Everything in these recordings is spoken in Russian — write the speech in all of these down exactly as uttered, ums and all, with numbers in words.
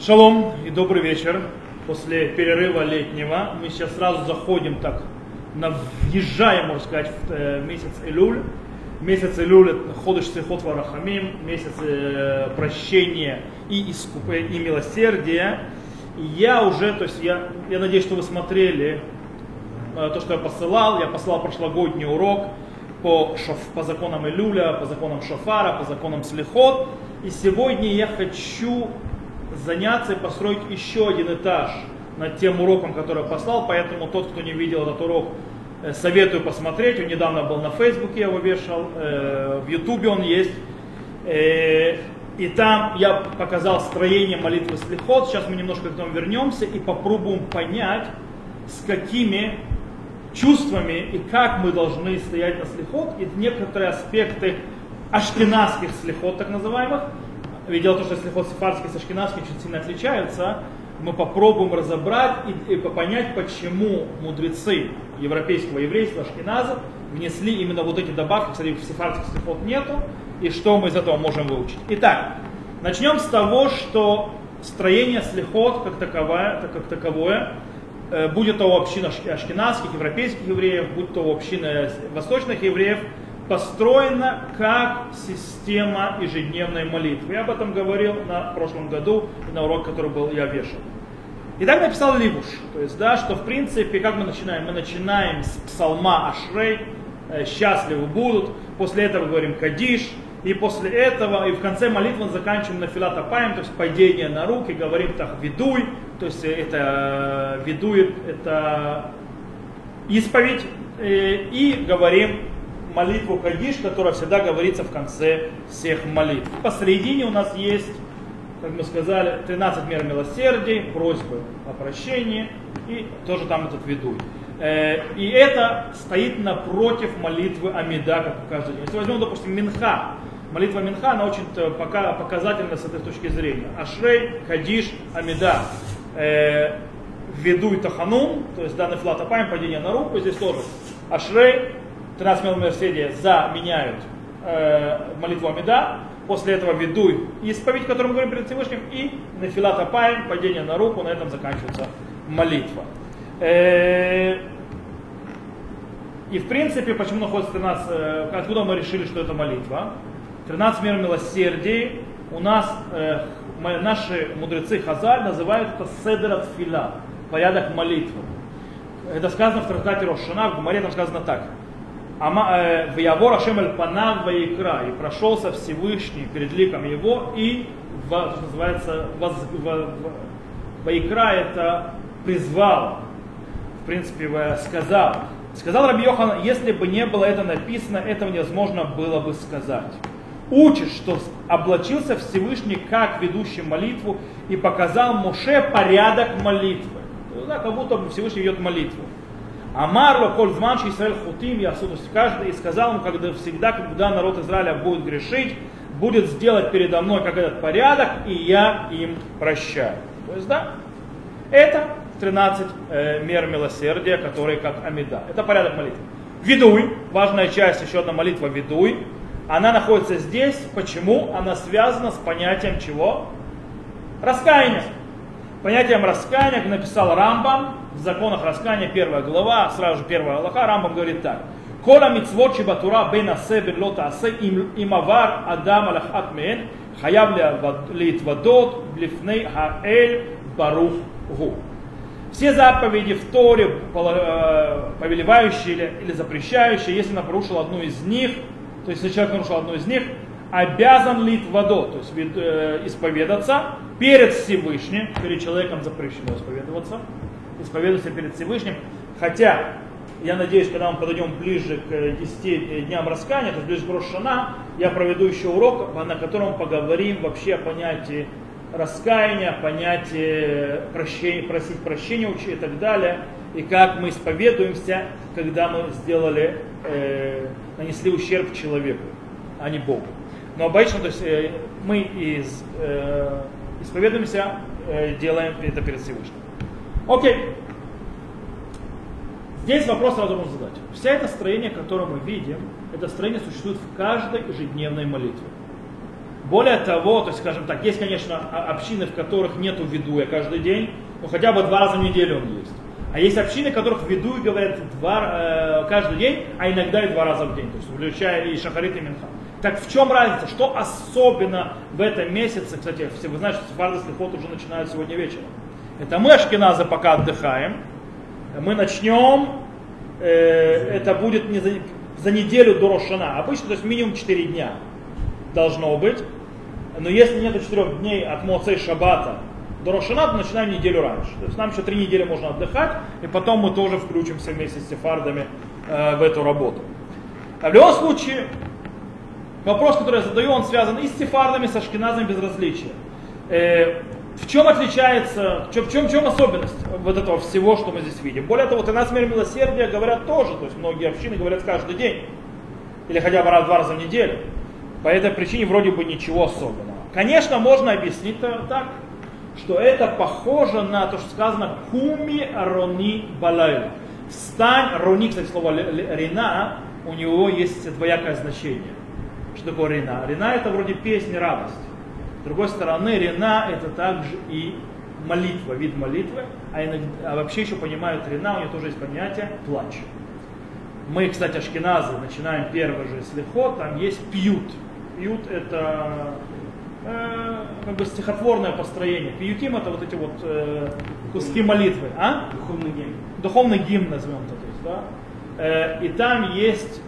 Шалом и добрый вечер. После перерыва летнего мы сейчас сразу заходим так, на, въезжаем, можно сказать, в э, месяц Элюль. Месяц Элюль это ходыш сихот варахамим, месяц э, прощения и искупения, и милосердия. И я уже, то есть я, я надеюсь, что вы смотрели э, то, что я посылал. Я посылал прошлогодний урок по, шоф, по законам Элюля, по законам Шофара, по законам Слихот. И сегодня я хочу заняться и построить еще один этаж над тем уроком, который я послал. Поэтому тот, кто не видел этот урок, советую посмотреть. Он недавно был на Фейсбуке, я его вешал, в Ютубе он есть. И там я показал строение молитвы Слихот. Сейчас мы немножко к этому вернемся и попробуем понять, с какими чувствами и как мы должны стоять на Слихот. И некоторые аспекты ашкеназских Слихот, так называемых. Ведь дело в том, что слихот сефардский с ашкеназским очень сильно отличаются. Мы попробуем разобрать и, и понять, почему мудрецы европейского еврейства, ашкеназов, внесли именно вот эти добавки. Кстати, в сефардских слихот нету. И что мы из этого можем выучить. Итак, начнем с того, что строение слихот как таковое, как таковое э, будь то община ашкеназских, европейских евреев, будь то община восточных евреев, построена как система ежедневной молитвы. Я об этом говорил на прошлом году и на урок, который был, я вешал. И так написал Ливуш, то есть, да, что в принципе, как мы начинаем? Мы начинаем с псалма Ашрей, счастливы будут, после этого говорим Кадиш, и после этого, и в конце молитвы заканчиваем на Филат Апаим, то есть падение на руки, говорим так Видуй, то есть это Видуй, это исповедь, и говорим молитву Кадиш, которая всегда говорится в конце всех молитв. Посередине у нас есть, как мы сказали, тринадцать мер милосердия, просьбы о прощении и тоже там этот Видуй. И это стоит напротив молитвы Амида, как каждый день. Если возьмем, допустим, Минха, молитва Минха, она очень показательна с этой точки зрения. Ашрей, Кадиш, Амида, Видуй Таханун, то есть данный флат Апаим, падение на руку, здесь тоже Ашрей, тринадцать мер милосердия заменяют э, молитву Амида, после этого Видуй исповедь, которую мы говорим перед Всевышним, и Нефилат Апаим, падение на руку, на этом заканчивается молитва. Э, и в принципе, почему находится тринадцать, э, откуда мы решили, что это молитва? тринадцать мер милосердия у нас, э, мы, наши мудрецы Хазаль называют это Седер Тфила, порядок молитвы. Это сказано в трактате Рош Шана, в Гемаре там сказано так. Ваявор Ашем эль панав ваикра, и прошелся Всевышний перед ликом его, и, что называется, воз, ваикра это призвал, в принципе, сказал. Сказал Раби Йохан, если бы не было это написано, этого невозможно было бы сказать. Учит, что облачился Всевышний как ведущий молитву и показал Моше порядок молитвы. Да, как будто Всевышний ведет молитву. Амарло коль зманши Исраэль хутим ясу, то есть каждый, и сказал ему, когда всегда, когда народ Израиля будет грешить, будет сделать передо мной как этот порядок, и я им прощаю. То есть, да, это тринадцать э, мер милосердия, которые как Амида. Это порядок молитвы. Видуй, важная часть, еще одна молитва Видуй, она находится здесь. Почему? Она связана с понятием чего? Раскаяния. Понятием раскаяния, как написал Рамбам, в законах раскаяния, первая глава, сразу же первая алаха, Рамбам говорит так. Кола мицвот шебатура бен асе бен ло таасе имавар адам алахат мен хаяв литвадот блифней хаэль барух гу. Все заповеди в Торе, повелевающие или запрещающие, если он нарушил одну из них, то есть если человек нарушил одну из них, обязан литвадот, то есть исповедаться перед Всевышним, перед человеком запрещено исповедоваться, исповедоваться перед Всевышним, хотя, я надеюсь, когда мы подойдем ближе к десяти дням раскаяния, то есть ближе к Рош Шана, я проведу еще урок, на котором поговорим вообще о понятии раскаяния, понятии прощения, просить прощения учить и так далее, и как мы исповедуемся, когда мы сделали, э, нанесли ущерб человеку, а не Богу. Но обычно, то есть, э, мы из, э, исповедуемся, э, делаем это перед Всевышним. Окей. Здесь вопрос сразу можно задать. Вся это строение, которое мы видим, это строение существует в каждой ежедневной молитве. Более того, то есть, скажем так, есть, конечно, общины, в которых нету ведуя каждый день, но хотя бы два раза в неделю он есть. А есть общины, в которых ведуй говорят два, э, каждый день, а иногда и два раза в день, то есть включая и шахарит, и минха. Так в чем разница? Что особенно в этом месяце, кстати, все вы знаете, что сефарды слихот уже начинают сегодня вечером. Это мы, ашкеназы, пока отдыхаем, мы начнем, э, это будет не за, за неделю до Рош ха-Шана, обычно, то есть минимум четыре дня должно быть, но если нет четырех дней от Моцей Шаббата до Рош ха-Шана, то начинаем неделю раньше. То есть нам еще три недели можно отдыхать, и потом мы тоже включимся вместе с сефардами э, в эту работу. А в любом случае, вопрос, который я задаю, он связан и с сефардами, с ашкеназами без различия. Э, в чем отличается, в чем, в чем, в чем особенность вот этого всего, что мы здесь видим? Более того, тринадцать мер милосердия говорят тоже, то есть многие общины говорят каждый день, или хотя бы раз, два раза в неделю. По этой причине вроде бы ничего особенного. Конечно, можно объяснить так, что это похоже на то, что сказано «Куми рони балайла». Встань, рони, кстати, слово рина, у него есть двоякое значение. Что такое рина? Рина это вроде песни, радость. С другой стороны, рина это также и молитва, вид молитвы, а, иногда, а вообще еще понимают рина, у него тоже есть понятие плач. Мы, кстати, ашкеназы, начинаем первый же слихот, там есть пьют. Пьют это э, как бы стихотворное построение. Пьютим это вот эти вот э, куски молитвы. А? Духовный гимн. Духовный гимн назовем это. То есть, да? э, и там есть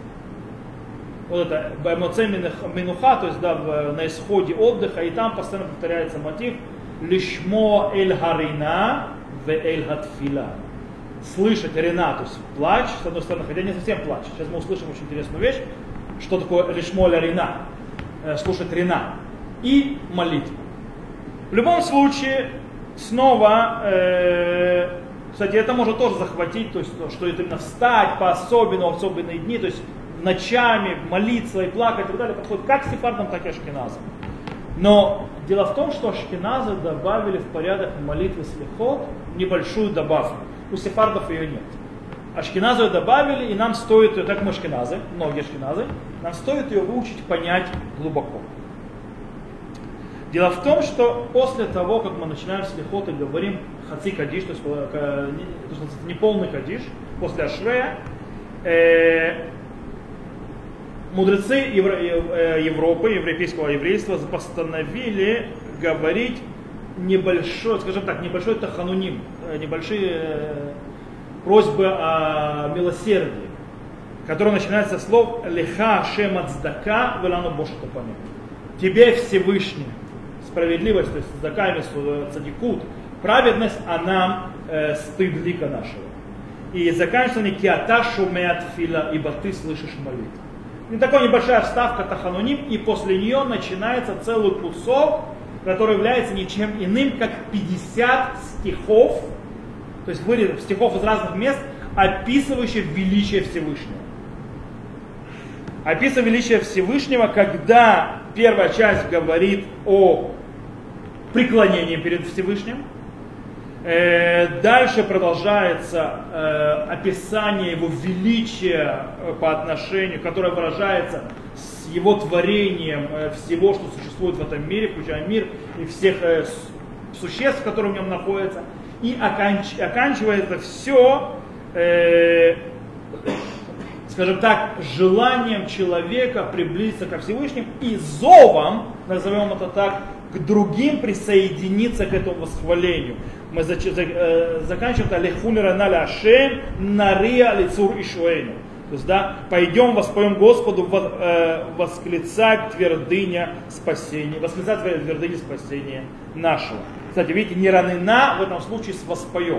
вот это баймоцей минуха, то есть да, в, на исходе отдыха, и там постоянно повторяется мотив лишмо эль харина в эль хатфила. Слышать рина, то есть плач, с одной стороны, хотя не совсем плач. Сейчас мы услышим очень интересную вещь, что такое лишмо эль рина, э, слушать рина и молитва. В любом случае, снова, э, кстати, это может тоже захватить, то есть, что это именно встать по-особенному, в особенные дни, то есть ночами молиться и плакать и так далее, подходит как сефардам, так и ашкеназам. Но дело в том, что ашкеназы добавили в порядок молитвы слихот небольшую добавку. У сефардов ее нет. Ашкеназы ее добавили, и нам стоит ее, так мы ашкеназы, многие ашкеназы, нам стоит ее выучить, понять глубоко. Дело в том, что после того, как мы начинаем слихот и говорим хаци кадиш, то есть неполный кадиш, после ашрея, э, мудрецы Европы, европейского еврейства постановили говорить небольшой, скажем так, небольшой тахануним, небольшие просьбы о милосердии, которые начинаются со слов «Леха шем ацдака велану бошу тапаним». Тебе Всевышний, справедливость, то есть цдака, цадикут, праведность, а нам э, стыд лика нашего. И заканчивается они «Киата шумеат фила», ибо ты слышишь молитву. И такая небольшая вставка тахануним, и после нее начинается целый кусок, который является ничем иным, как пятьдесят стихов, то есть вырезов стихов из разных мест, описывающих величие Всевышнего. Описывая величие Всевышнего, когда первая часть говорит о преклонении перед Всевышним, дальше продолжается э, описание его величия по отношению, которое выражается с его творением э, всего, что существует в этом мире, включая мир и всех э, существ, которые в нем находятся. И оканч, оканчивается все, э, скажем так, желанием человека приблизиться ко Всевышнему и зовом, назовем это так, к другим присоединиться к этому восхвалению. Мы заканчиваем это «Лехулера наля ашем нария лицур ишуэйну». То есть, да, пойдем воспоем Господу, восклицать твердыня спасения, восклицать твердыня спасения нашего. Кстати, видите, не ранена в этом случае с воспоем.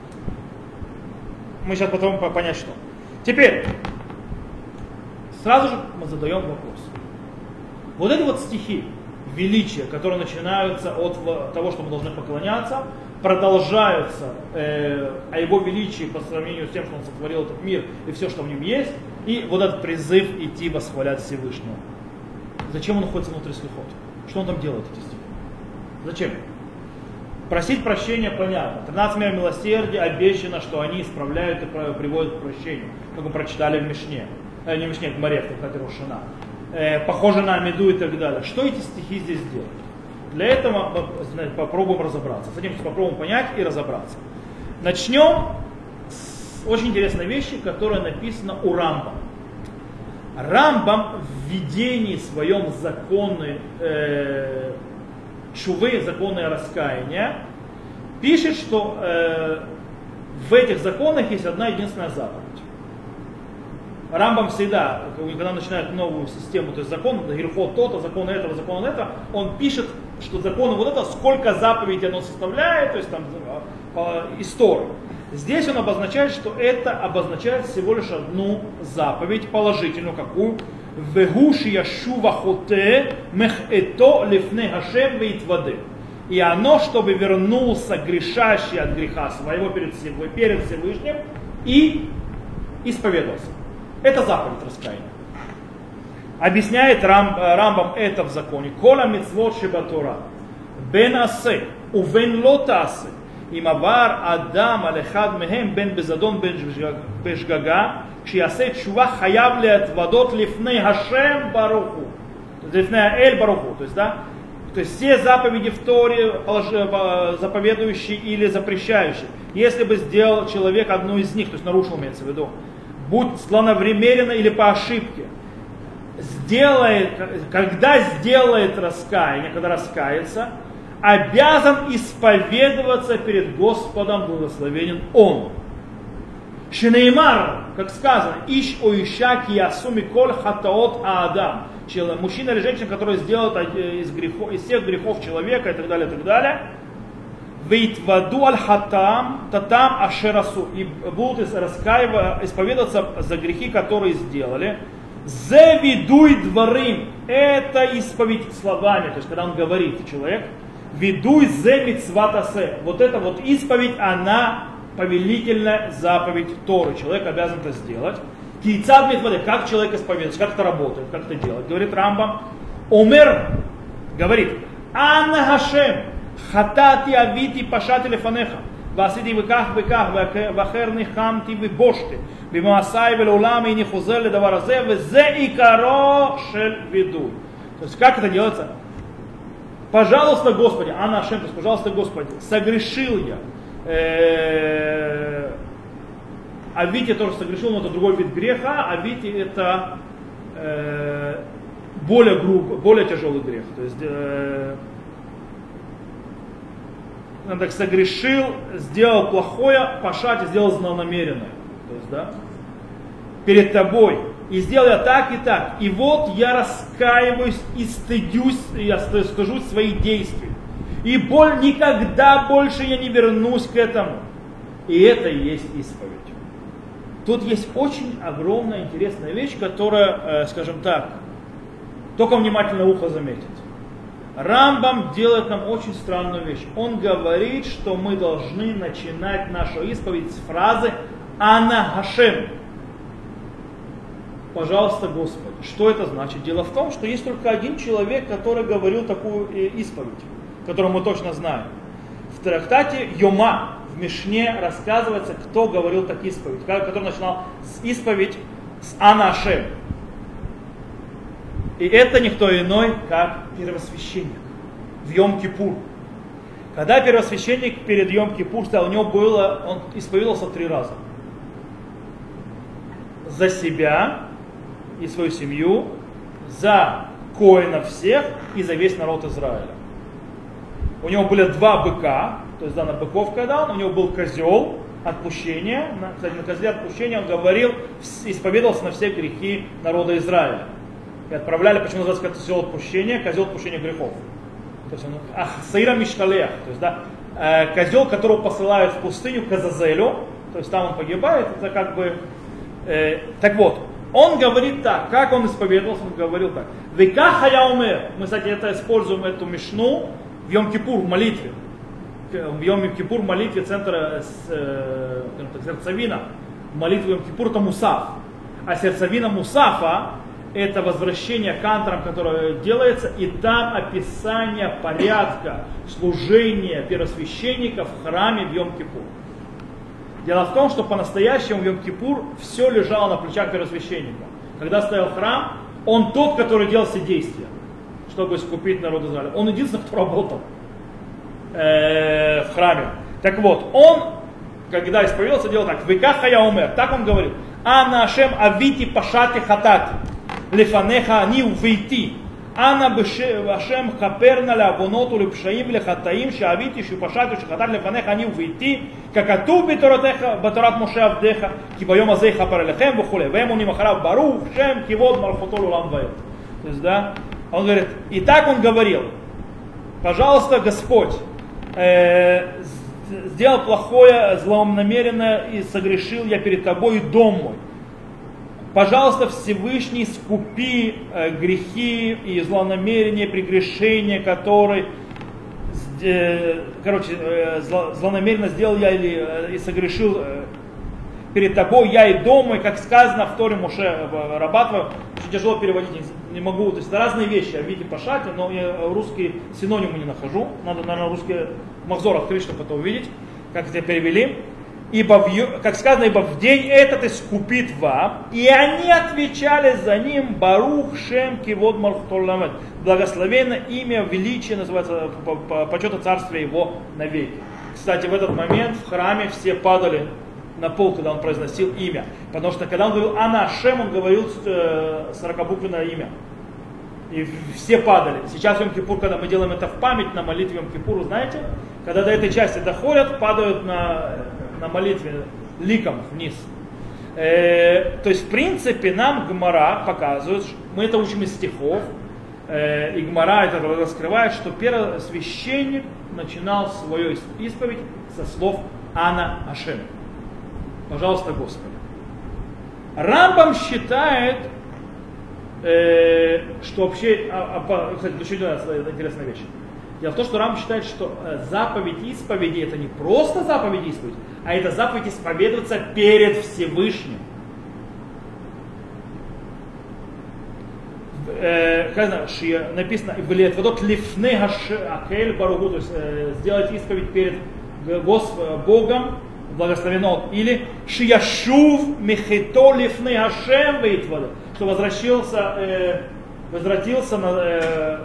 Мы сейчас потом понять, что. Теперь, сразу же мы задаем вопрос. Вот эти вот стихи величия, которые начинаются от того, что мы должны поклоняться, продолжаются э, о его величии по сравнению с тем, что он сотворил этот мир и все, что в нем есть, и вот этот призыв идти восхвалять Всевышнего. Зачем он находится внутри слихот? Что он там делает, эти стихи? Зачем? Просить прощения понятно. тринадцать мер милосердия обещано, что они исправляют и приводят к прощению. Как мы прочитали в Мишне. Э, не в Мишне, в Гмаре, в Трактате Рош ха-Шана. э, похоже на Амиду и так далее. Что эти стихи здесь делают? Для этого попробуем разобраться. С этим попробуем понять и разобраться. Начнем с очень интересной вещи, которая написана у Рамбама. Рамбам в введении своем законы э, чувы, законы раскаяния, пишет, что э, в этих законах есть одна единственная заповедь. Рамбам всегда, когда начинает новую систему, то есть закон, грехот то-то, закон этого, закон этого, он пишет, что законы вот это, сколько заповедей оно составляет, то есть там по истории. Здесь он обозначает, что это обозначает всего лишь одну заповедь положительную, какую? Вегуши яшува хоте мехето лифне хашем вейтваде. И оно, чтобы вернулся грешащий от греха своего перед Всевышним и исповедовался. Это заповедь раскаяния. Объясняет Рам, Рамбам это в законе. Кола мицвот шебатура бен асе увен лот асе им авар адам алехад мехем бен безадон бен бешгага כשיעשה תשובה חייב להתוודות לפני השם ברוך הוא. לפני האל ברוך הוא. То есть, да, то есть все заповеди в Торе, заповедующие или запрещающие, если бы сделал человек одну из них, то есть нарушил, имеется в виду, будь злонамеренно или по ошибке, сделает, когда сделает раскаяние, когда раскается, обязан исповедоваться перед Господом, благословенен Он. Шинеймар, как сказано, иш оишаки ясуми коль хатаот аадам. Мужчина или женщина, который сделает из, грехов, из всех грехов человека и так далее, и так далее. Вейтваду аль хатам татам ашерасу. И будут раскаиваться, исповедоваться за грехи, которые сделали. Зе видуй дворим. Это исповедь словами. То есть, когда он говорит, человек, видуй зе мицватасе. Вот эта вот исповедь, она повелительная заповедь Торы. Человек обязан это сделать. Кейцад митваде. Как человек исповедуется, как это работает, как это делать. Говорит Рамбам. Омер говорит. Анна Хашем. Хатати авити пашати лефанеха. ועשיתי וכך וכך, ואחר ניחמתי ובושתי, במעשיי ולעולם איני חוזר לדבר הזה, וזה עיקרו של וידוי. То есть, как это делается? Пожалуйста, Господи, Анна Ашем, то есть, пожалуйста, Господи, согрешил я. А Вити тоже согрешил, но это другой вид греха, а Вити это э, более грубый, более тяжелый грех. То есть, э, он так согрешил, сделал плохое, пашать, сделал злонамеренное. То есть, да, перед тобой. И сделал я так и так. И вот я раскаиваюсь и стыдюсь, я стыжусь своих действий. И боль, никогда больше я не вернусь к этому. И это и есть исповедь. Тут есть очень огромная интересная вещь, которая, э, скажем так, только внимательно ухо заметит. Рамбам делает нам очень странную вещь. Он говорит, что мы должны начинать нашу исповедь с фразы «Ана Хашем». Пожалуйста, Господи. Что это значит? Дело в том, что есть только один человек, который говорил такую исповедь, которую мы точно знаем. В трактате Йома в Мишне рассказывается, кто говорил так исповедь, который начинал с исповедь с Ана Хашем. И это никто иной, как первосвященник в Йом-Кипур. Когда первосвященник перед Йом-Кипур стоял, у него было, он исповедовался три раза. За себя и свою семью, за коинов всех и за весь народ Израиля. У него были два быка, то есть да, на быков когда он, у него был козел отпущения. Кстати, на козле отпущения он говорил, исповедовался на все грехи народа Израиля. И отправляли, почему называется козел отпущения, козел отпущения грехов. То есть он, ах, Саира Мишталех, то есть да, э, козел, которого посылают в пустыню к Азазелю, то есть там он погибает, это как бы, э, так вот, он говорит так, как он исповедовался, он говорил так. Векаха я умер, мы, кстати, это используем эту мишну в Йом-Кипур, в молитве. В Йом-Кипур в молитве центра э, сердцевина, молитва Йом-Кипур это Мусаф. А сердцевина Мусафа это возвращение к антрам, которое делается, и там описание порядка служения первосвященника в храме в Йом-Кипур. Дело в том, что по-настоящему в Йом-Кипур все лежало на плечах первосвященника. Когда стоял храм, Он тот, который делал все действия, чтобы искупить народ Израиля. Он единственный, кто работал э, в храме. Так вот, он, когда исповедовался, делал так. Векаха я умер. Так он говорил. Ана Ашем авити пашати хатати. Лефанеха ани увейти. Ана Ашем хаперна леавоноту лепшаим лехатаим шавити шупашати шахатати лефанеха ани увейти. Какату батарат Моше Авдеха. Кибайом азей хапер лехем вухуле. Вему нимахарав барух шем кивод марфотолу ламвает. То есть, да, он говорит, и так он говорил. Пожалуйста, Господь, э, сделал плохое, злонамеренно и согрешил я перед тобой и дом мой. Пожалуйста, Всевышний, скупи э, грехи и злонамерения, прегрешения, которые, э, короче, э, зло, злонамеренно сделал я или, э, и согрешил э, перед тобой, я и дом мой, как сказано в Торе Моше Рабатова, очень тяжело переводить, не, не могу, то есть это разные вещи, видите по шате, но я русские синонимы не нахожу, надо, наверное, русский махзор открыть, чтобы это увидеть, как это перевели. Ибо, в, как сказано, ибо в день этот искупит вам, и они отвечали за ним, Барух Шем Кивод Малхтолламет, благословенно имя, величие, называется, по, по, почета царствия его навеки. Кстати, в этот момент в храме все падали на пол, когда он произносил имя, потому что когда он говорил Ана Ашем, он говорил э, сорокабуквенное имя. И все падали. Сейчас в Йом-Кипур, когда мы делаем это в память на молитве Йом-Кипуру, знаете, когда до этой части доходят, падают на, на молитве ликом вниз. Э, то есть, в принципе, нам Гмара показывает, мы это учим из стихов, э, и Гмара это раскрывает, что первосвященник начинал свою исповедь со слов Ана Ашем. Пожалуйста, Господи. Рамбам считает, э, что вообще, а, а, кстати, еще одна интересная вещь. Дело в том, что Рамбам считает, что заповедь исповеди это не просто заповедь исповеди, а это заповедь исповедоваться перед Всевышним. Э, написано, то есть э, сделать исповедь перед Господом, Богом, благословен он, или шияшув мехито лифны Ашем вейтвада, что возвратился, э, возвратился на, э,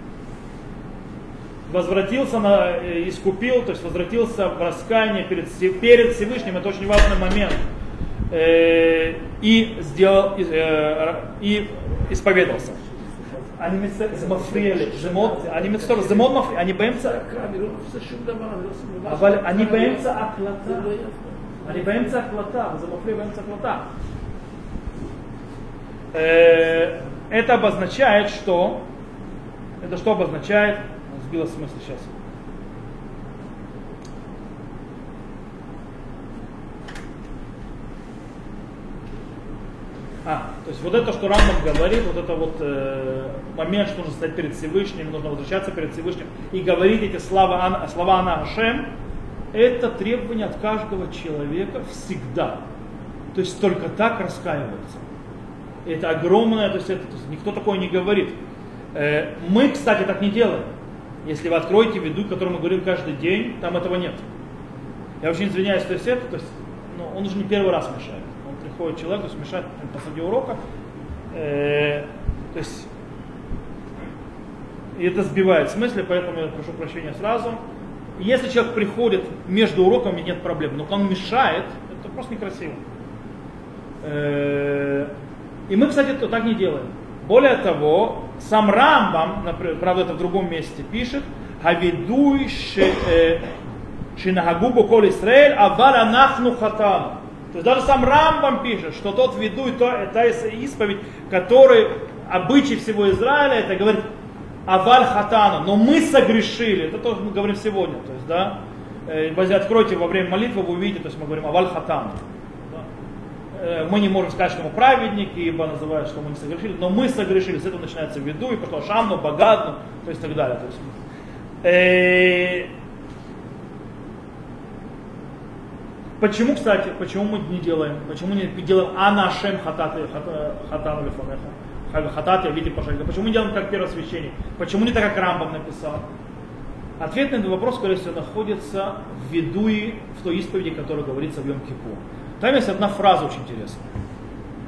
возвратился на, э, искупил, то есть возвратился в раскаяние перед, перед Всевышним, это очень важный момент, э, и сделал, э, и исповедовался. אני זה מפריע לי, זה מאוד, אני מצטער, זה מאוד מפריע, אני באמצע, אבל אני באמצע הקלטה, אני באמצע הקלטה, וזה מפריע באמצע הקלטה. Это обозначает, что, это что обозначает, сбило смысл сейчас. А, то есть вот это, что Рамбам говорит, вот это вот э, момент, что нужно стоять перед Всевышним, нужно возвращаться перед Всевышним и говорить эти слова, слова Ана Ашем, это требование от каждого человека всегда. То есть только так раскаивается. Это огромное, то есть, это, то есть никто такое не говорит. Э, мы, кстати, так не делаем. Если вы откроете виду, который мы говорим каждый день, там этого нет. Я очень извиняюсь, то есть это, то есть, ну, он уже не первый раз мешает. Приходит человек, то есть мешает посреди урока, э, то есть и это сбивает смысл, поэтому я прошу прощения сразу. Если человек приходит между уроками, нет проблем, но когда он мешает, это просто некрасиво. Э, и мы, кстати, то так не делаем. Более того, сам Рамбам, например, правда это в другом месте пишет, «Хавидуй шинагу бокол Исраэль, авар анахну хатам». То есть даже сам Рамбам пишет, что тот ведуй, то, это исповедь, который обычай всего Израиля, это говорит аваль хатану, но мы согрешили, это то, что мы говорим сегодня. То есть, да, если откройте во время молитвы, вы увидите, то есть мы говорим аваль хатану. Да. Мы не можем сказать, что мы праведники, ибо называют, что мы не согрешили, но мы согрешили, с этого начинается ведуй, потом шамну, багадну, то есть так далее. То есть, э, Почему, кстати, почему мы не делаем, почему не делаем Ана Ашем хатану лефанеха, хатат, я видел пошарика, почему не делаем как первосвященник, почему не так, как Рамбам написал? Ответ на этот вопрос, скорее всего, находится в ведуи, в той исповеди, которая говорится в Йом-Кипур. Там есть одна фраза очень интересная.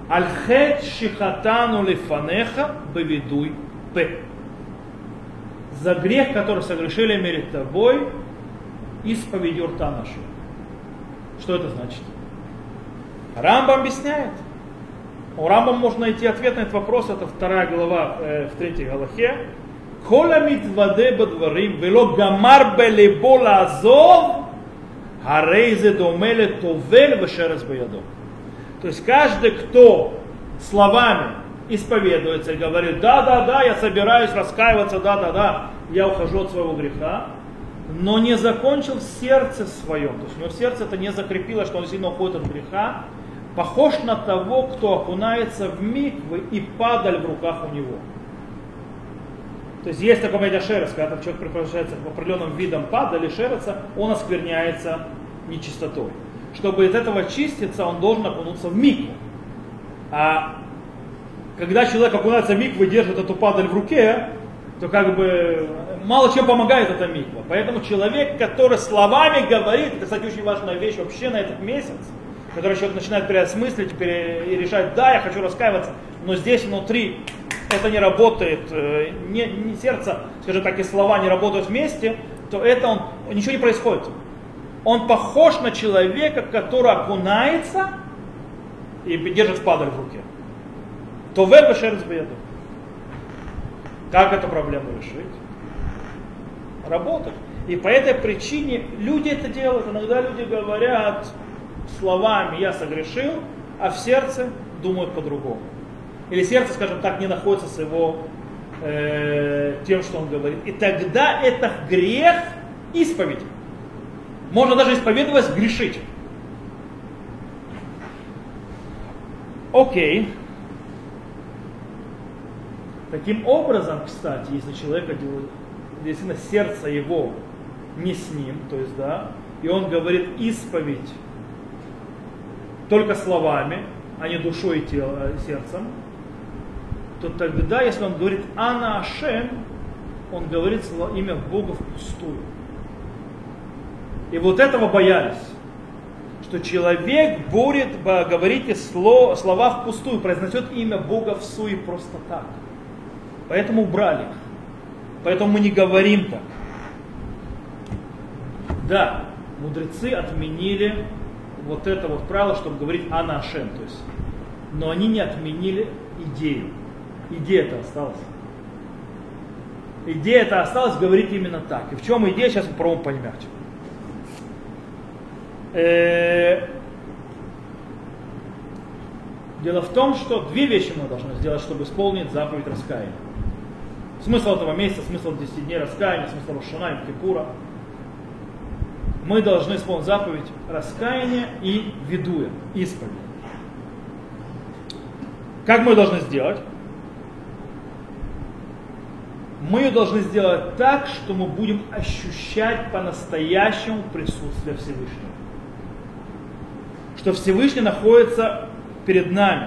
Аль-хет шихатану лифанеха бевидуй п. За грех, который согрешили перед тобой, исповедью рта нашего. Что это значит? Рамбам объясняет. У Рамбама можно найти ответ на этот вопрос. Это вторая глава э, в третьей галахе. Кола митваде бадварим вело гамар белебо лазов харейзе домеле товель вешерес баядо. То есть каждый, кто словами исповедуется и говорит, да-да-да, я собираюсь раскаиваться, да-да-да, я ухожу от своего греха, но не закончил в сердце своем, то есть у него в сердце это не закрепилось, что он сильно уходит от греха, похож на того, кто окунается в миквы и падаль в руках у него. То есть есть такое понятие шерец, когда человек превращается к определенным видам падали, шерца, он оскверняется нечистотой. Чтобы из этого чиститься, он должен окунуться в микву. А когда человек окунается в микву и держит эту падаль в руке, то как бы мало чем помогает эта миква. Поэтому человек, который словами говорит, это, кстати, очень важная вещь вообще на этот месяц, который человек начинает переосмыслить и решать, да, я хочу раскаиваться, но здесь внутри это не работает, не, не сердце, скажем так, и слова не работают вместе, то это он, ничего не происходит. Он похож на человека, который окунается и держит падаль в руке. То вэр бешерец беду. Как эту проблему решить? Работать. И по этой причине люди это делают. Иногда люди говорят словами «я согрешил», а в сердце думают по-другому. Или сердце, скажем так, не находится с его э, тем, что он говорит. И тогда это грех исповеди. Можно даже исповедовать, грешить. Окей. Таким образом, кстати, если человек, действительно сердце его не с ним, то есть, да, и он говорит исповедь только словами, а не душой и телом, сердцем, то тогда, если он говорит «Ана Ашем», он говорит имя Бога впустую. И вот этого боялись, что человек будет говорить слова впустую, произнесет имя Бога в суе просто так. Поэтому убрали их. Поэтому мы не говорим так. Да, мудрецы отменили вот это вот правило, чтобы говорить «Ана Ашем», то есть, но они не отменили идею. Идея-то осталась. Идея-то осталась говорить именно так. И в чем идея, сейчас мы попробуем поймать. Дело в том, что две вещи мы должны сделать, чтобы исполнить заповедь раскаяния. Смысл этого месяца, смысл десяти дней раскаяния, смысл Рош ха-Шана и Кипура. Мы должны исполнить заповедь раскаяния и ведуя, исповедь. Как мы должны сделать? Мы ее должны сделать так, что мы будем ощущать по-настоящему присутствие Всевышнего. Что Всевышний находится перед нами.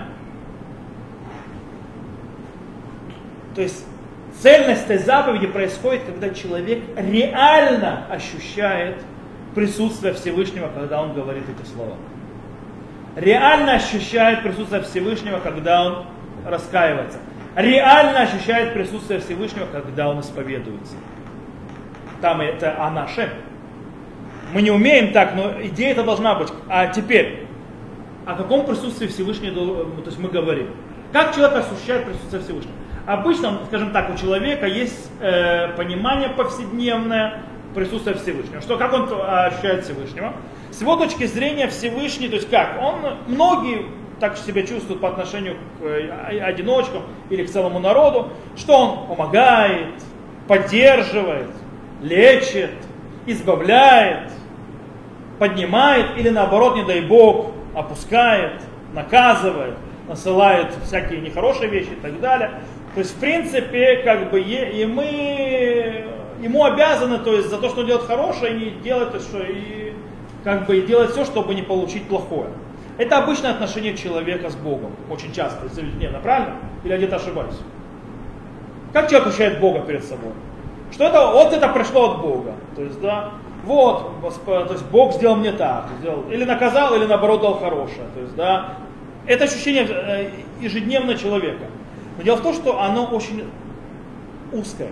То есть цельность этой заповеди происходит, когда человек реально ощущает присутствие Всевышнего, когда он говорит эти слова. Реально ощущает присутствие Всевышнего, когда он раскаивается. Реально ощущает присутствие Всевышнего, когда он исповедуется. Там это Ана Ашем. Мы не умеем так, но идея это должна быть. А теперь, о каком присутствии Всевышнего, то есть мы говорим? Как человек ощущает присутствие Всевышнего? Обычно, скажем так, у человека есть э, понимание повседневное присутствия Всевышнего. Что, как он ощущает Всевышнего? С его точки зрения Всевышний, то есть как? Он, многие так себя чувствуют по отношению к одиночкам или к целому народу, что он помогает, поддерживает, лечит, избавляет, поднимает или наоборот, не дай Бог, опускает, наказывает, насылает всякие нехорошие вещи и так далее. То есть, в принципе, как бы и мы ему обязаны, то есть за то, что он делает хорошее, и делать то, что и как бы и делать все, чтобы не получить плохое. Это обычное отношение человека с Богом, очень часто, ежедневно, правильно? Или я где-то ошибаюсь? Как человек ощущает Бога перед собой? Что это, вот это пришло от Бога. То есть, да, вот, то есть Бог сделал мне так, сделал, или наказал, или наоборот дал хорошее. То есть, да, Это ощущение э, ежедневного человека. Но дело в том, что оно очень узкое.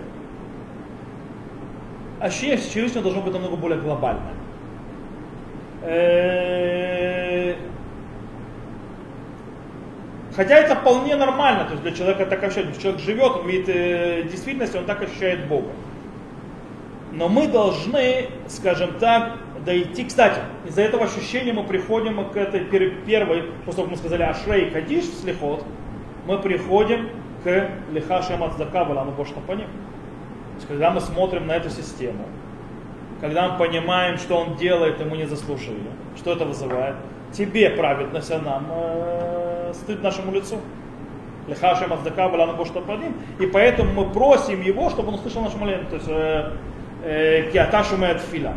Ощущение Всевышнего должно быть намного более глобальное. Хотя это вполне нормально, то есть для человека так ощущает. Человек живет, он видит э, действительность, он так ощущает Бога. Но мы должны, скажем так, дойти. Кстати, из-за этого ощущения мы приходим к этой первой, после того, как мы сказали Ашрей Кадиш в Слихот, мы приходим к Лиха Шем Ацдака Валану Бошна Паним. То есть, когда мы смотрим на эту систему, когда мы понимаем, что он делает, и мы не заслужили, что это вызывает? Тебе праведность, а нам э, стыд нашему лицу. Лиха Шем Ацдака Валану Бошна Паним. И поэтому мы просим его, чтобы он услышал нашу молитву. То есть Киата Шумеет Филя.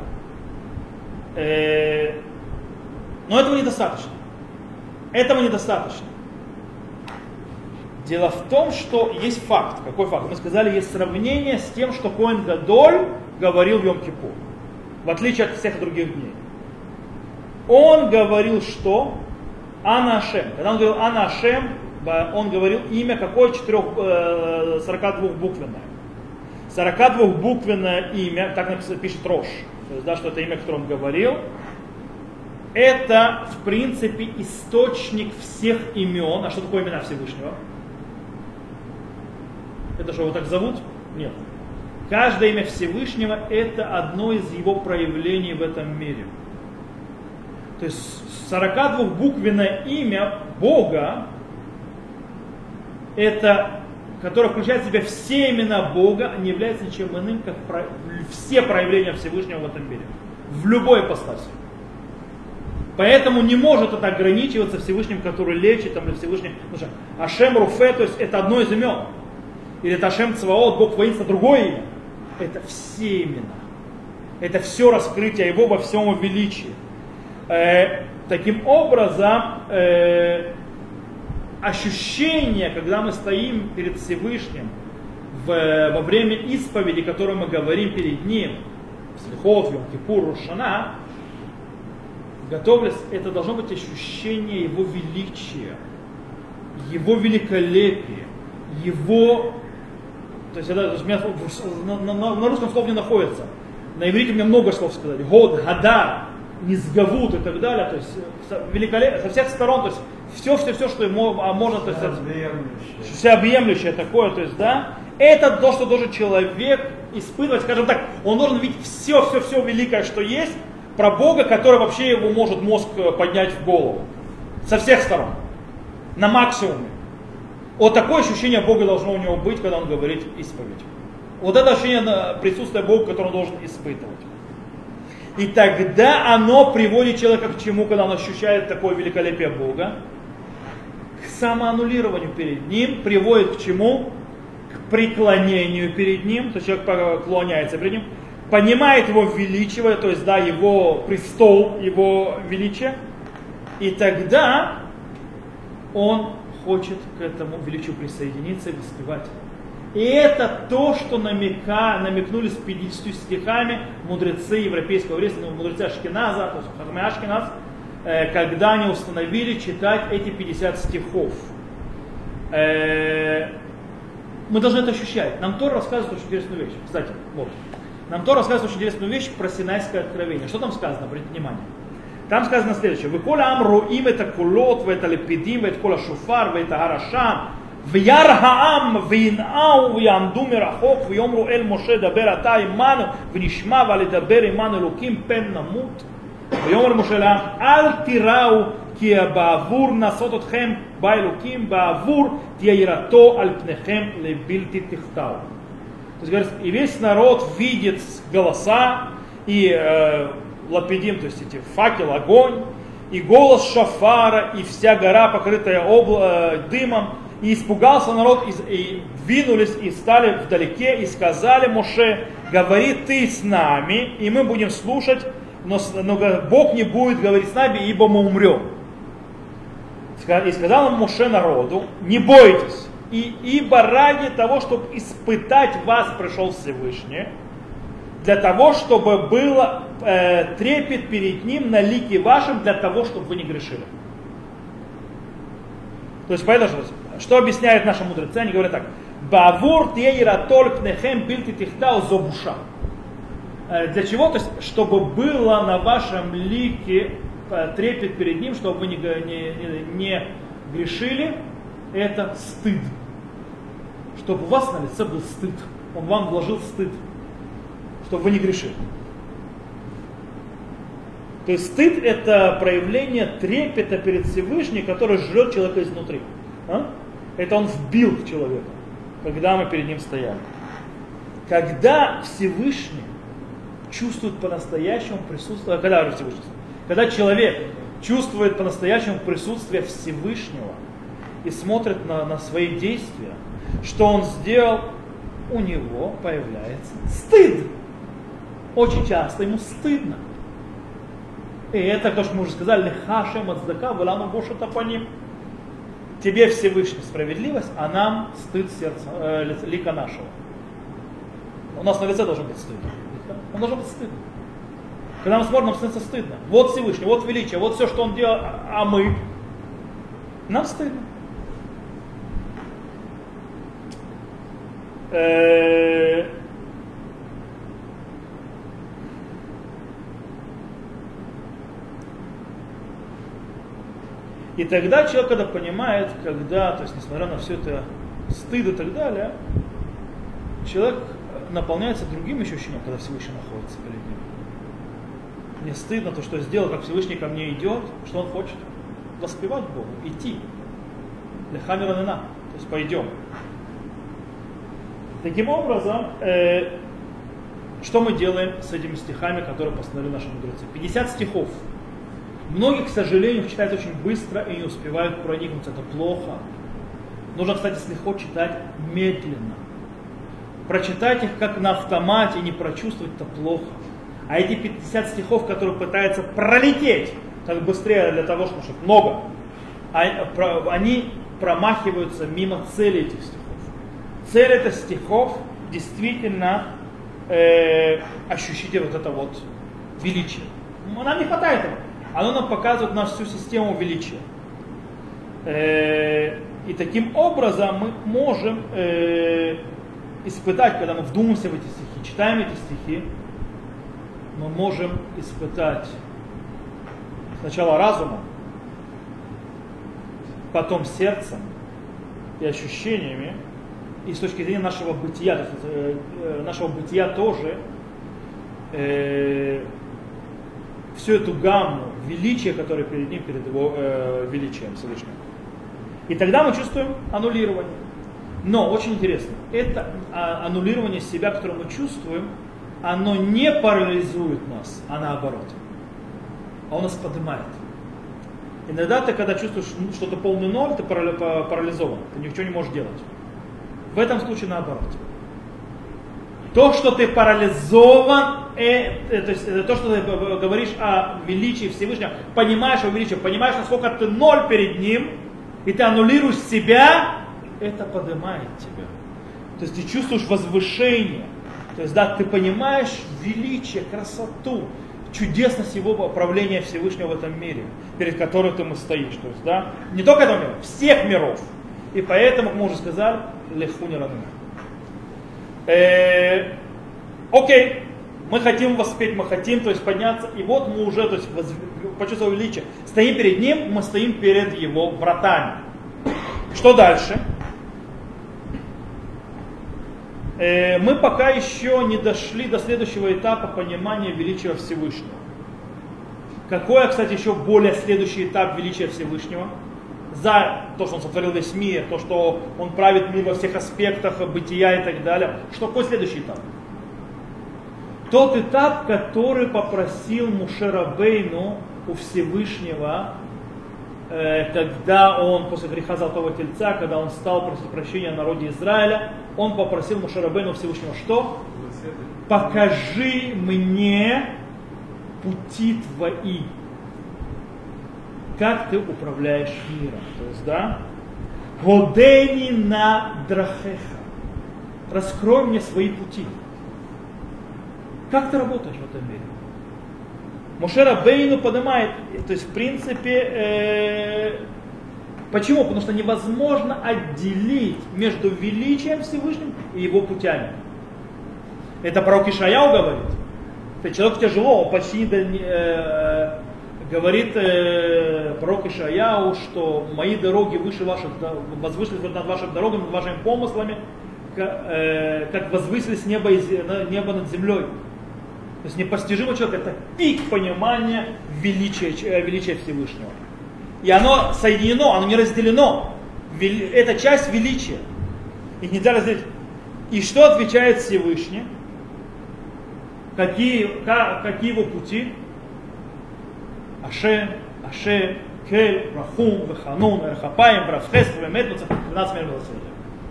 Но этого недостаточно. Этого недостаточно. Дело в том, что есть факт. Какой факт? Мы сказали, есть сравнение с тем, что Коэн Гадоль говорил в Йом-Кипур. В отличие от всех других дней. Он говорил, что Ана Ашем. Когда он говорил Ана Ашем, он говорил имя какое? сорок два буквенное. сорок два буквенное имя, так пишет Рош. То есть, да, что это имя, которое он говорил. Это, в принципе, источник всех имен. А что такое имена Всевышнего? Это что, его так зовут? Нет. Каждое имя Всевышнего – это одно из его проявлений в этом мире. То есть сорок два буквенное имя Бога, это, которое включает в себя все имена Бога, не является ничем иным, как про... все проявления Всевышнего в этом мире. В любой ипостаси. Поэтому не может это ограничиваться Всевышним, который лечит, там, или Всевышним. Потому что Ашем Руфе, то есть это одно из имен. Или это Ашем Цваот, Бог воинства, другое имя. Это все имена. Это все раскрытие Его во всем Его величии. Э, таким образом, э, ощущение, когда мы стоим перед Всевышним в, во время исповеди, которую мы говорим перед Ним, Слихот, Йом-Кипур, Рош Шана, готовность, это должно быть ощущение Его величия, Его великолепия, Его... То есть это у меня на, на, на русском слов не находится. На иврите у меня много слов сказать. Год, Хадар, Низгавут и так далее. То есть великолепие со всех сторон. То есть все, все, все, что ему можно, то есть всеобъемлющее такое, то есть, да, это то, что должен человек испытывать, скажем так, он должен видеть все, все, все великое, что есть, про Бога, который вообще его может мозг поднять в голову. Со всех сторон. На максимуме. Вот такое ощущение Бога должно у него быть, когда он говорит исповедь. Вот это ощущение присутствия Бога, которое он должен испытывать. И тогда оно приводит человека к чему, когда он ощущает такое великолепие Бога? К самоаннулированию перед Ним, приводит к чему? К преклонению перед Ним, то есть человек поклоняется перед Ним, понимает Его величие, то есть, да, Его престол, Его величие, и тогда он хочет к этому величию присоединиться и воспевать. И это то, что намека, намекнули с пятьюдесятью стихами мудрецы европейского еврейства, ну, мудрецы Ашкеназа, то есть Хахмей Ашкеназ, э, когда они установили читать эти пятьдесят стихов. Э, мы должны это ощущать. Нам Тора рассказывает очень интересную вещь. Кстати, вот. Нам Тора рассказывает очень интересную вещь про Синайское откровение. Что там сказано? Обратите внимание. Там сказано следующее. «Веколя ам роим это кулот, вета лепидим, вет кола шуфар, вета гарашам, вяр хаам, винау, вянду мирахок, вьомру эль Моше дабер ата иману, внишма валидабер иману элуким пен намут, вьомр Моше лам, аль тирау, ки баавур насот отхем ба элуким, баавур тьяирато аль пнехем лебильти тихтау». То есть, говорится, и весь народ видит голоса, и э, лапидим, то есть эти факел, огонь, и голос шафара, и вся гора, покрытая обла- дымом, и испугался народ, и, и двинулись, и стали вдалеке, и сказали Моше, говори ты с нами, и мы будем слушать, но, но Бог не будет говорить с нами, ибо мы умрем. И сказал Моше народу, не бойтесь, и, ибо ради того, чтобы испытать вас, пришел Всевышний, для того, чтобы было э, трепет перед Ним на лике вашем, для того, чтобы вы не грешили. То есть, поэтому, что объясняют наши мудрецы? Они говорят так. Бавур тейратоль пнехем бильти тихтау зобуша. Для чего? То есть, чтобы было на вашем лике трепет перед ним, чтобы вы не, не, не грешили, это стыд. Чтобы у вас на лице был стыд. Он вам вложил стыд, чтобы вы не грешили. То есть стыд — это проявление трепета перед Всевышним, который жрет человека изнутри. А? Это он вбил в человека, когда мы перед ним стояли. Когда Всевышний чувствует по-настоящему присутствие, когда Всевышний, когда человек чувствует по-настоящему присутствие Всевышнего и смотрит на, на свои действия, что он сделал, у него появляется стыд. Очень часто ему стыдно. И это, то, что мы уже сказали, лехашем ацдака, валану бошата по ним. Тебе Всевышний справедливость, а нам стыд сердца, э, лика нашего. У нас на лице должен быть стыдно. Он должен быть стыдно. Когда мы смотрим, нам становится стыдно. Вот Всевышний, вот величие, вот все, что он делал, а мы. Нам стыдно. Э-э- И тогда человек, когда понимает, когда, то есть несмотря на все это стыд и так далее, человек наполняется другим еще ощущением, когда Всевышний находится перед ним. Мне стыдно то, что я сделал, как Всевышний ко мне идет, что он хочет воспевать Богу, идти. Лехамиранена, то есть пойдем. Таким образом, э, что мы делаем с этими стихами, которые постановили наши мудрецы? пятьдесят стихов. Многие, к сожалению, читают очень быстро и не успевают проникнуться. Это плохо. Нужно, кстати, слегка читать медленно. Прочитать их как на автомате, не прочувствовать, это плохо. А эти пятьдесят стихов, которые пытаются пролететь так быстрее для того, чтобы много, они промахиваются мимо цели этих стихов. Цель этих стихов действительно э, ощутите вот это вот величие. Нам не хватает этого. Оно нам показывает нашу всю систему величия. Э, и таким образом мы можем э, испытать, когда мы вдумаемся в эти стихи, читаем эти стихи, мы можем испытать сначала разумом, потом сердцем и ощущениями, и с точки зрения нашего бытия, то есть, э, э, нашего бытия тоже, э, всю эту гамму величия, которая перед ним, перед его э, величием Всевышнего. И тогда мы чувствуем аннулирование. Но очень интересно, это а, аннулирование себя, которое мы чувствуем, оно не парализует нас, а наоборот. А он нас поднимает. Иногда ты, когда чувствуешь, что ты полный ноль, ты парализован, ты ничего не можешь делать. В этом случае наоборот. То, что ты парализован, э, э, то есть э, то, что ты говоришь о величии Всевышнего, понимаешь о величии, понимаешь, насколько ты ноль перед ним, и ты аннулируешь себя, это поднимает тебя. То есть ты чувствуешь возвышение. То есть, да, ты понимаешь величие, красоту, чудесность его управления Всевышнего в этом мире, перед которым ты мы стоишь. То есть, да, не только этого мира, всех миров. И поэтому, как мы уже сказали, леху не равны. Э, окей, мы хотим воспеть, мы хотим, то есть подняться, и вот мы уже, то есть, почувствовали величие, стоим перед ним, мы стоим перед его вратами. Что дальше? Э, мы пока еще не дошли до следующего этапа понимания величия Всевышнего. Какой, кстати, еще более следующий этап величия Всевышнего? За то, что он сотворил весь мир, то, что он правит мир во всех аспектах бытия и так далее. Что какой следующий этап? Тот этап, который попросил Моше Рабейну у Всевышнего, э, когда он после греха Золотого Тельца, когда он стал просить прощения о народе Израиля, он попросил Моше Рабейну у Всевышнего, что? Покажи мне пути твои. Как ты управляешь миром. То есть, да, Годени на драхеха. Раскрой мне свои пути. Как ты работаешь в этом мире? Моше Рабейну поднимает, то есть, в принципе, э, Почему? Потому что невозможно отделить между величием Всевышним и его путями. Это пророк Ишаяу говорит. Это человеку тяжело, он почти не, э, говорит э, пророк Ишаяу, что мои дороги выше ваших, возвысились над вашими дорогами, над вашими помыслами, как, э, как возвысились небо, из, небо над землей. То есть непостижимый человек — это пик понимания величия, величия Всевышнего. И оно соединено, оно не разделено. Это часть величия. Их нельзя разделить. И что отвечает Всевышний? Какие, как, какие его пути? Аше, Аше, Кель, Рахум, Веханун, Эрхапаем, Рафхес, Вемет, двенадцать мер милосердия.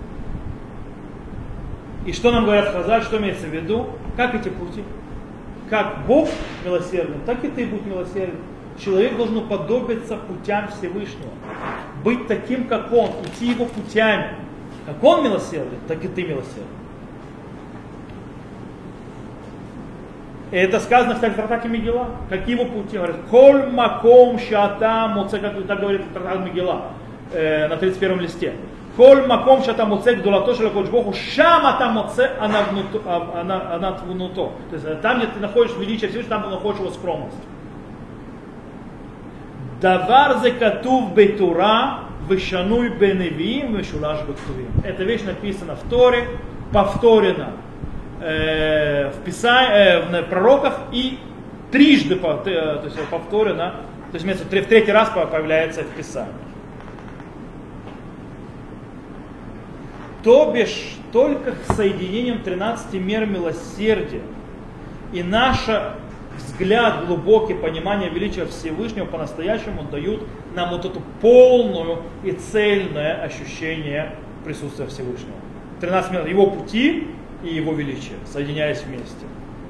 И что нам говорят Хазаль, что имеется в виду? Как эти пути? Как Бог милосерден, так и ты будь милосерден. Человек должен уподобиться путям Всевышнего. Быть таким, как Он, идти его путями. Как Он милосерден, так и ты милосерден. И это сказано в Трактате Мегила. Какие его пути? Он говорит, коль маком шата моце, как говорит Трактат Мегила э, на тридцать первом листе. Коль маком шата моце гдулато шел коч Богу, шама там моце анат внуто. То есть там, где ты находишь величие Всевышнего, там ты находишь его скромность. Давар зе катув бейтура, вешануй беневиим, вешулаш бектувим. Эта вещь написана в Торе, повторена э, в, писании, э, в пророках и трижды то есть, повторена, то есть в третий раз появляется в Писании. То бишь, только с соединением тринадцати мер милосердия и наша взгляд, глубокий понимание величия Всевышнего по-настоящему дают нам вот эту полную и цельное ощущение присутствия Всевышнего. тринадцать минут его пути и его величия, соединяясь вместе.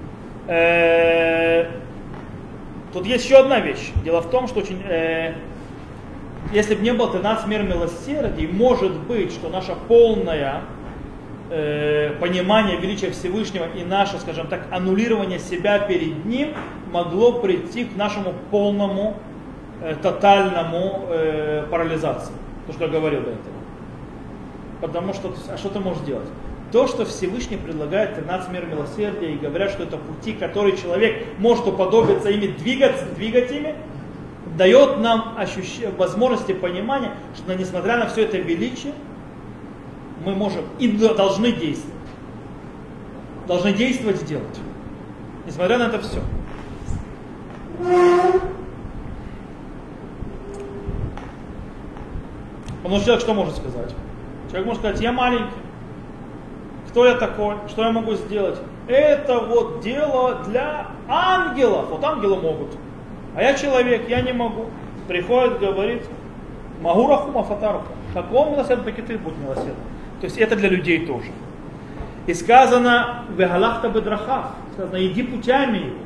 Э-э- Тут есть еще одна вещь. Дело в том, что очень, э- если бы не было тринадцати мер милосердия, может быть, что наше полное э- понимание величия Всевышнего и наше, скажем так, аннулирование себя перед Ним могло прийти к нашему полному, э- тотальному э- парализации. То, что я говорил до этого. Потому что, а что ты можешь делать? То, что Всевышний предлагает тринадцать мер милосердия и говорят, что это пути, которые человек может уподобиться ими, двигаться, двигать ими, дает нам ощущение, возможности понимания, что несмотря на все это величие, мы можем и должны действовать. Должны действовать и делать. Несмотря на это все. Потому что человек что может сказать? Человек может сказать, я маленький. Кто я такой? Что я могу сделать? Это вот дело для ангелов. Вот ангелы могут. А я человек, я не могу. Приходит, говорит, могу рахума фатаруху. Как он милосерден, так и ты будь милосерден. То есть это для людей тоже. И сказано, вегалахта бедрахав. Сказано, иди путями его.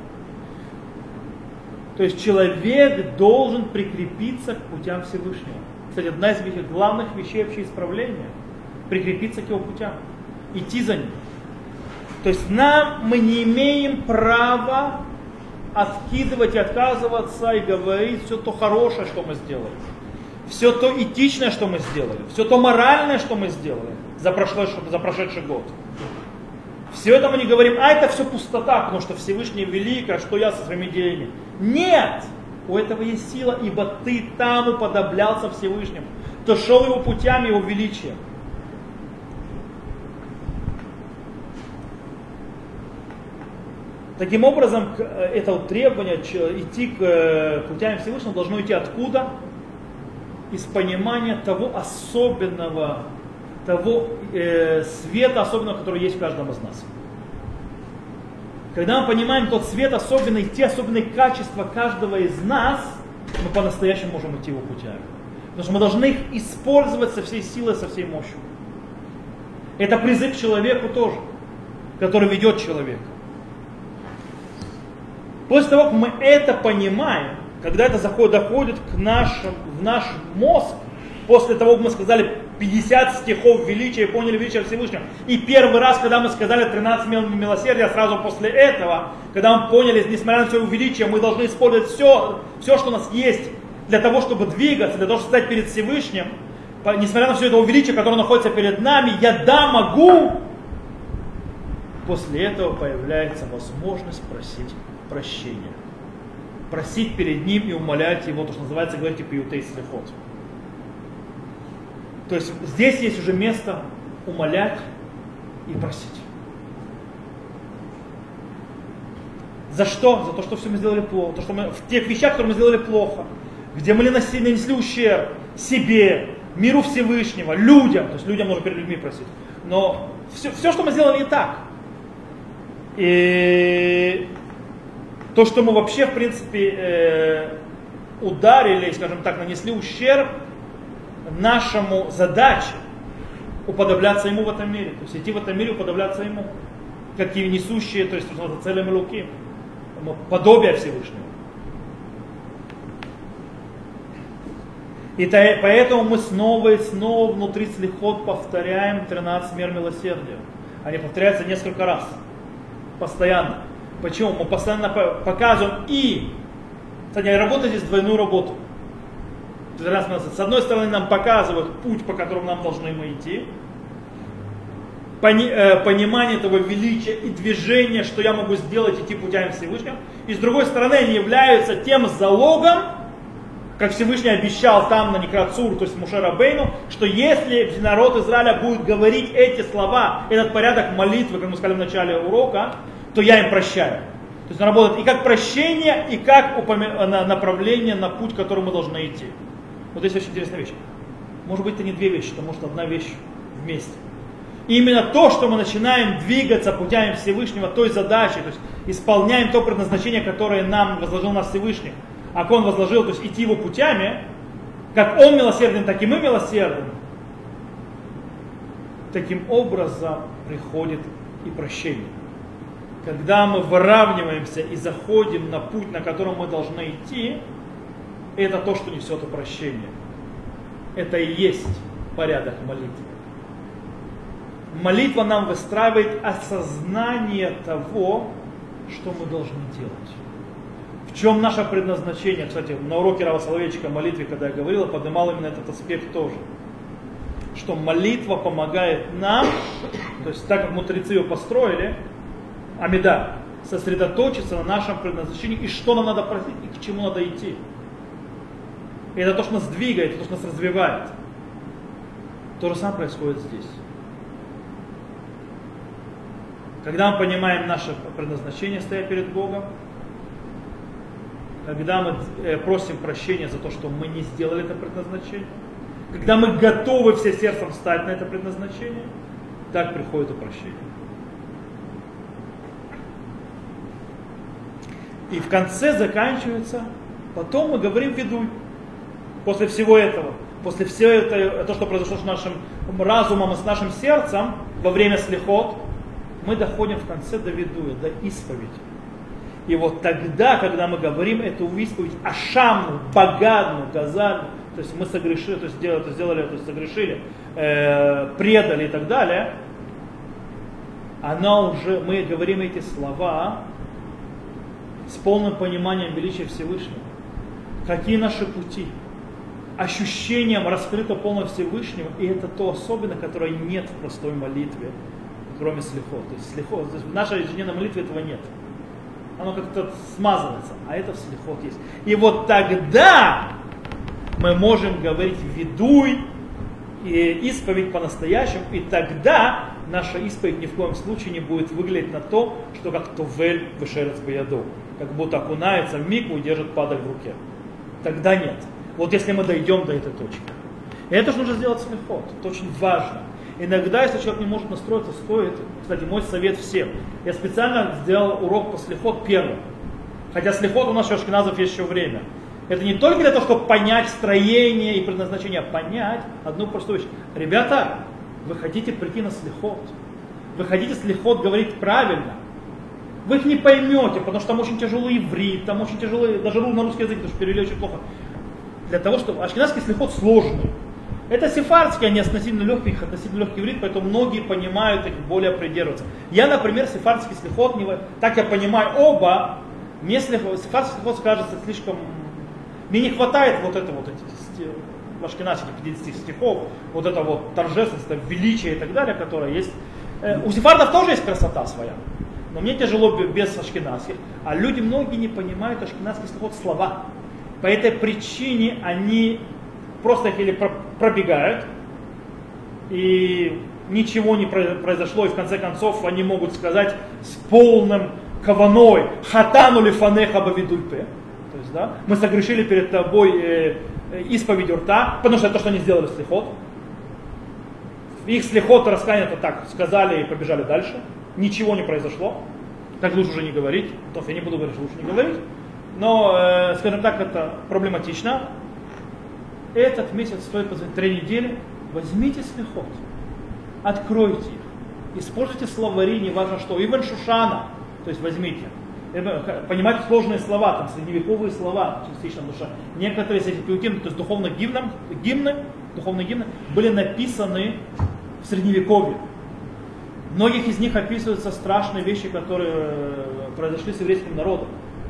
То есть человек должен прикрепиться к путям Всевышнего. Кстати, одна из главных вещей вообще исправления – прикрепиться к его путям. Идти за ним. То есть нам, мы не имеем права откидывать и отказываться и говорить все то хорошее, что мы сделали. Все то этичное, что мы сделали. Все то моральное, что мы сделали за прошедший, за прошедший год. Все это мы не говорим, а это все пустота, потому что Всевышний велик, а что я со своими идеями. Нет! У этого есть сила, ибо ты там уподоблялся Всевышнему. Ты шел его путями, его величием. Таким образом, это вот требование идти к путям Всевышнего должно идти откуда? Из понимания того особенного, того э, света особенного, который есть в каждом из нас. Когда мы понимаем тот свет особенный, те особенные качества каждого из нас, мы по-настоящему можем идти его путями. Потому что мы должны их использовать со всей силой, со всей мощью. Это призыв к человеку тоже, который ведет человека. После того, как мы это понимаем, когда это заходит, доходит к нашим, в наш мозг, после того, как мы сказали пятьдесят стихов величия и поняли величие Всевышнего, и первый раз, когда мы сказали тринадцать милосердия, сразу после этого, когда мы поняли, несмотря на все величие, мы должны использовать все, все, что у нас есть для того, чтобы двигаться, для того, чтобы стать перед Всевышним, несмотря на все это величие, которое находится перед нами, я да могу. После этого появляется возможность просить прощения. Просить перед Ним и умолять Его, то, что называется, говорите, пиютей слихот. То есть здесь есть уже место умолять и просить. За что? За то, что все мы сделали плохо. То, что мы, в тех вещах, которые мы сделали плохо, где мы нанесли, нанесли ущерб себе, миру Всевышнего, людям. То есть людям нужно перед людьми просить. Но все, все, что мы сделали не так. И то, что мы вообще, в принципе, э, ударили, скажем так, нанесли ущерб нашему задаче уподобляться Ему в этом мире. То есть идти в этом мире уподобляться Ему. Как и несущие, то есть целыми луки. Подобие Всевышнего. И поэтому мы снова и снова внутри слихот повторяем тринадцать мер милосердия. Они повторяются несколько раз. Постоянно. Почему? Мы постоянно показываем и, кстати, работать здесь двойную работу. С одной стороны нам показывают путь, по которому нам должны мы идти. Понимание этого величия и движения, что я могу сделать, идти путями Всевышнего. И с другой стороны они являются тем залогом, как Всевышний обещал там на Некрацур, то есть Моше Рабейну, что если народ Израиля будет говорить эти слова, этот порядок молитвы, как мы сказали в начале урока, то я им прощаю. То есть он работает и как прощение, и как упомя- направление на путь, который мы должны идти. Вот здесь очень интересная вещь. Может быть, это не две вещи, это может одна вещь вместе. И именно то, что мы начинаем двигаться путями Всевышнего, той задачей, то есть исполняем то предназначение, которое нам возложил нас Всевышний, а Он возложил, то есть идти Его путями, как Он милосерден, так и мы милосердны. Таким образом приходит и прощение. Когда мы выравниваемся и заходим на путь, на котором мы должны идти, это то, что несет и прощение. Это и есть порядок молитвы. Молитва нам выстраивает осознание того, что мы должны делать. В чем наше предназначение? Кстати, на уроке Рава Соловейчика о молитве, когда я говорил, поднимал именно этот аспект тоже. Что молитва помогает нам, то есть так как мудрецы ее построили, амида, сосредоточиться на нашем предназначении и что нам надо просить и к чему надо идти. И это то, что нас двигает, то, что нас развивает. То же самое происходит здесь. Когда мы понимаем наше предназначение, стоя перед Богом, когда мы просим прощения за то, что мы не сделали это предназначение, когда мы готовы все сердцем встать на это предназначение, так приходит и прощение. И в конце заканчивается, потом мы говорим ведуй. После всего этого, после всего этого, то, что произошло с нашим разумом и с нашим сердцем во время слихот, мы доходим в конце до ведуя, до исповеди. И вот тогда, когда мы говорим эту исповедь ашамну, багадну, газальну, то есть мы согрешили, то есть сделали, то сделали, то есть согрешили, э, предали и так далее, она уже, мы говорим эти слова с полным пониманием величия Всевышнего. Какие наши пути? Ощущением раскрыто полного Всевышнего, и это то особенное, которое нет в простой молитве, кроме слихот. То есть, слихот, то есть в нашей ежедневной молитве этого нет. Оно как-то смазывается, а это в слихот есть. И вот тогда мы можем говорить ведуй и исповедь по-настоящему, и тогда наша исповедь ни в коем случае не будет выглядеть на то, что как товель вешерец бияду, как будто окунается в микву и держит падаль в руке. Тогда нет. Вот если мы дойдем до этой точки. И это же нужно сделать слихот. Это очень важно. Иногда, если человек не может настроиться, стоит, кстати, мой совет всем. Я специально сделал урок по слихот первым. Хотя слихот у нас у ашкеназов есть еще время. Это не только для того, чтобы понять строение и предназначение, а понять одну простую вещь. Ребята, вы хотите прийти на слихот. Вы хотите слихот говорить правильно. Вы их не поймете, потому что там очень тяжелый иврит, там очень тяжелый, даже на русский язык, потому что перевели очень плохо. Для того, чтобы ашкеназский слихот сложный. Это сефардский, они относительно легкий, их относительно легкий иврит, поэтому многие понимают их, более придерживаются. Я, например, сефардский слихот, так я понимаю оба, мне сефардский слихот кажется слишком Мне не хватает вот это вот эти в Ашкеназе пятидесяти стихов, вот это вот торжественность, это величие и так далее, которое есть. У сефардов тоже есть красота своя, но мне тяжело без ашкеназских. А люди многие не понимают ашкеназских слов слова. По этой причине они просто их или пробегают, и ничего не произошло, и в конце концов они могут сказать с полным каваной «Хатану лифанеха бавидульпе». То есть, да, мы согрешили перед тобой э, э, исповедью рта, потому что это то, что они сделали в слихот. Их слихот раскаяние это так сказали и побежали дальше. Ничего не произошло. Так лучше уже не говорить. То я не буду говорить, что лучше не говорить. Но, э, скажем так, это проблематично. Этот месяц стоит позвонить три недели. Возьмите слихот, откройте их, используйте словари, неважно что, Иван Шушана, то есть возьмите. Понимать сложные слова, там средневековые слова, частично, потому что некоторые из этих пиутин, то есть духовных гимнов, гимны, духовные гимны, были написаны в средневековье. В многих из них описываются страшные вещи, которые произошли с еврейским народом.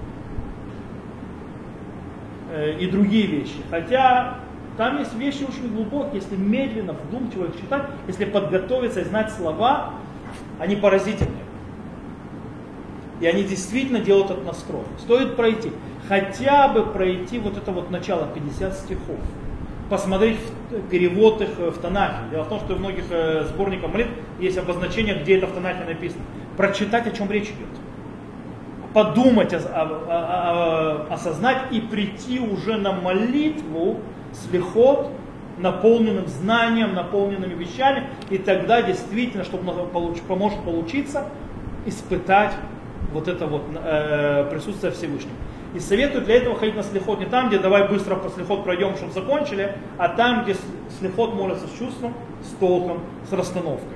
И другие вещи. Хотя там есть вещи очень глубокие, если медленно, вдумчиво их читать, если подготовиться и знать слова, они поразительные. И они действительно делают этот настрой. Стоит пройти, хотя бы пройти вот это вот начало, пятьдесят стихов. Посмотреть перевод их в Танахе. Дело в том, что в многих сборниках молитв есть обозначение, где это в Танахе написано. Прочитать, о чем речь идет. Подумать, осознать и прийти уже на молитву слихот, наполненным знанием, наполненными вещами, и тогда действительно, чтобы поможет получиться, испытать вот это вот э, присутствие Всевышнего. И советую для этого ходить на слихот не там, где давай быстро по слихот пройдем, чтобы закончили, а там, где слихот молится с чувством, с толком, с расстановкой.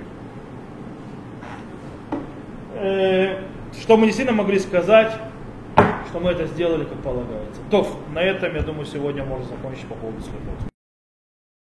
Э, что мы действительно могли сказать, что мы это сделали как полагается. То, на этом, я думаю, сегодня можно закончить по поводу слихот.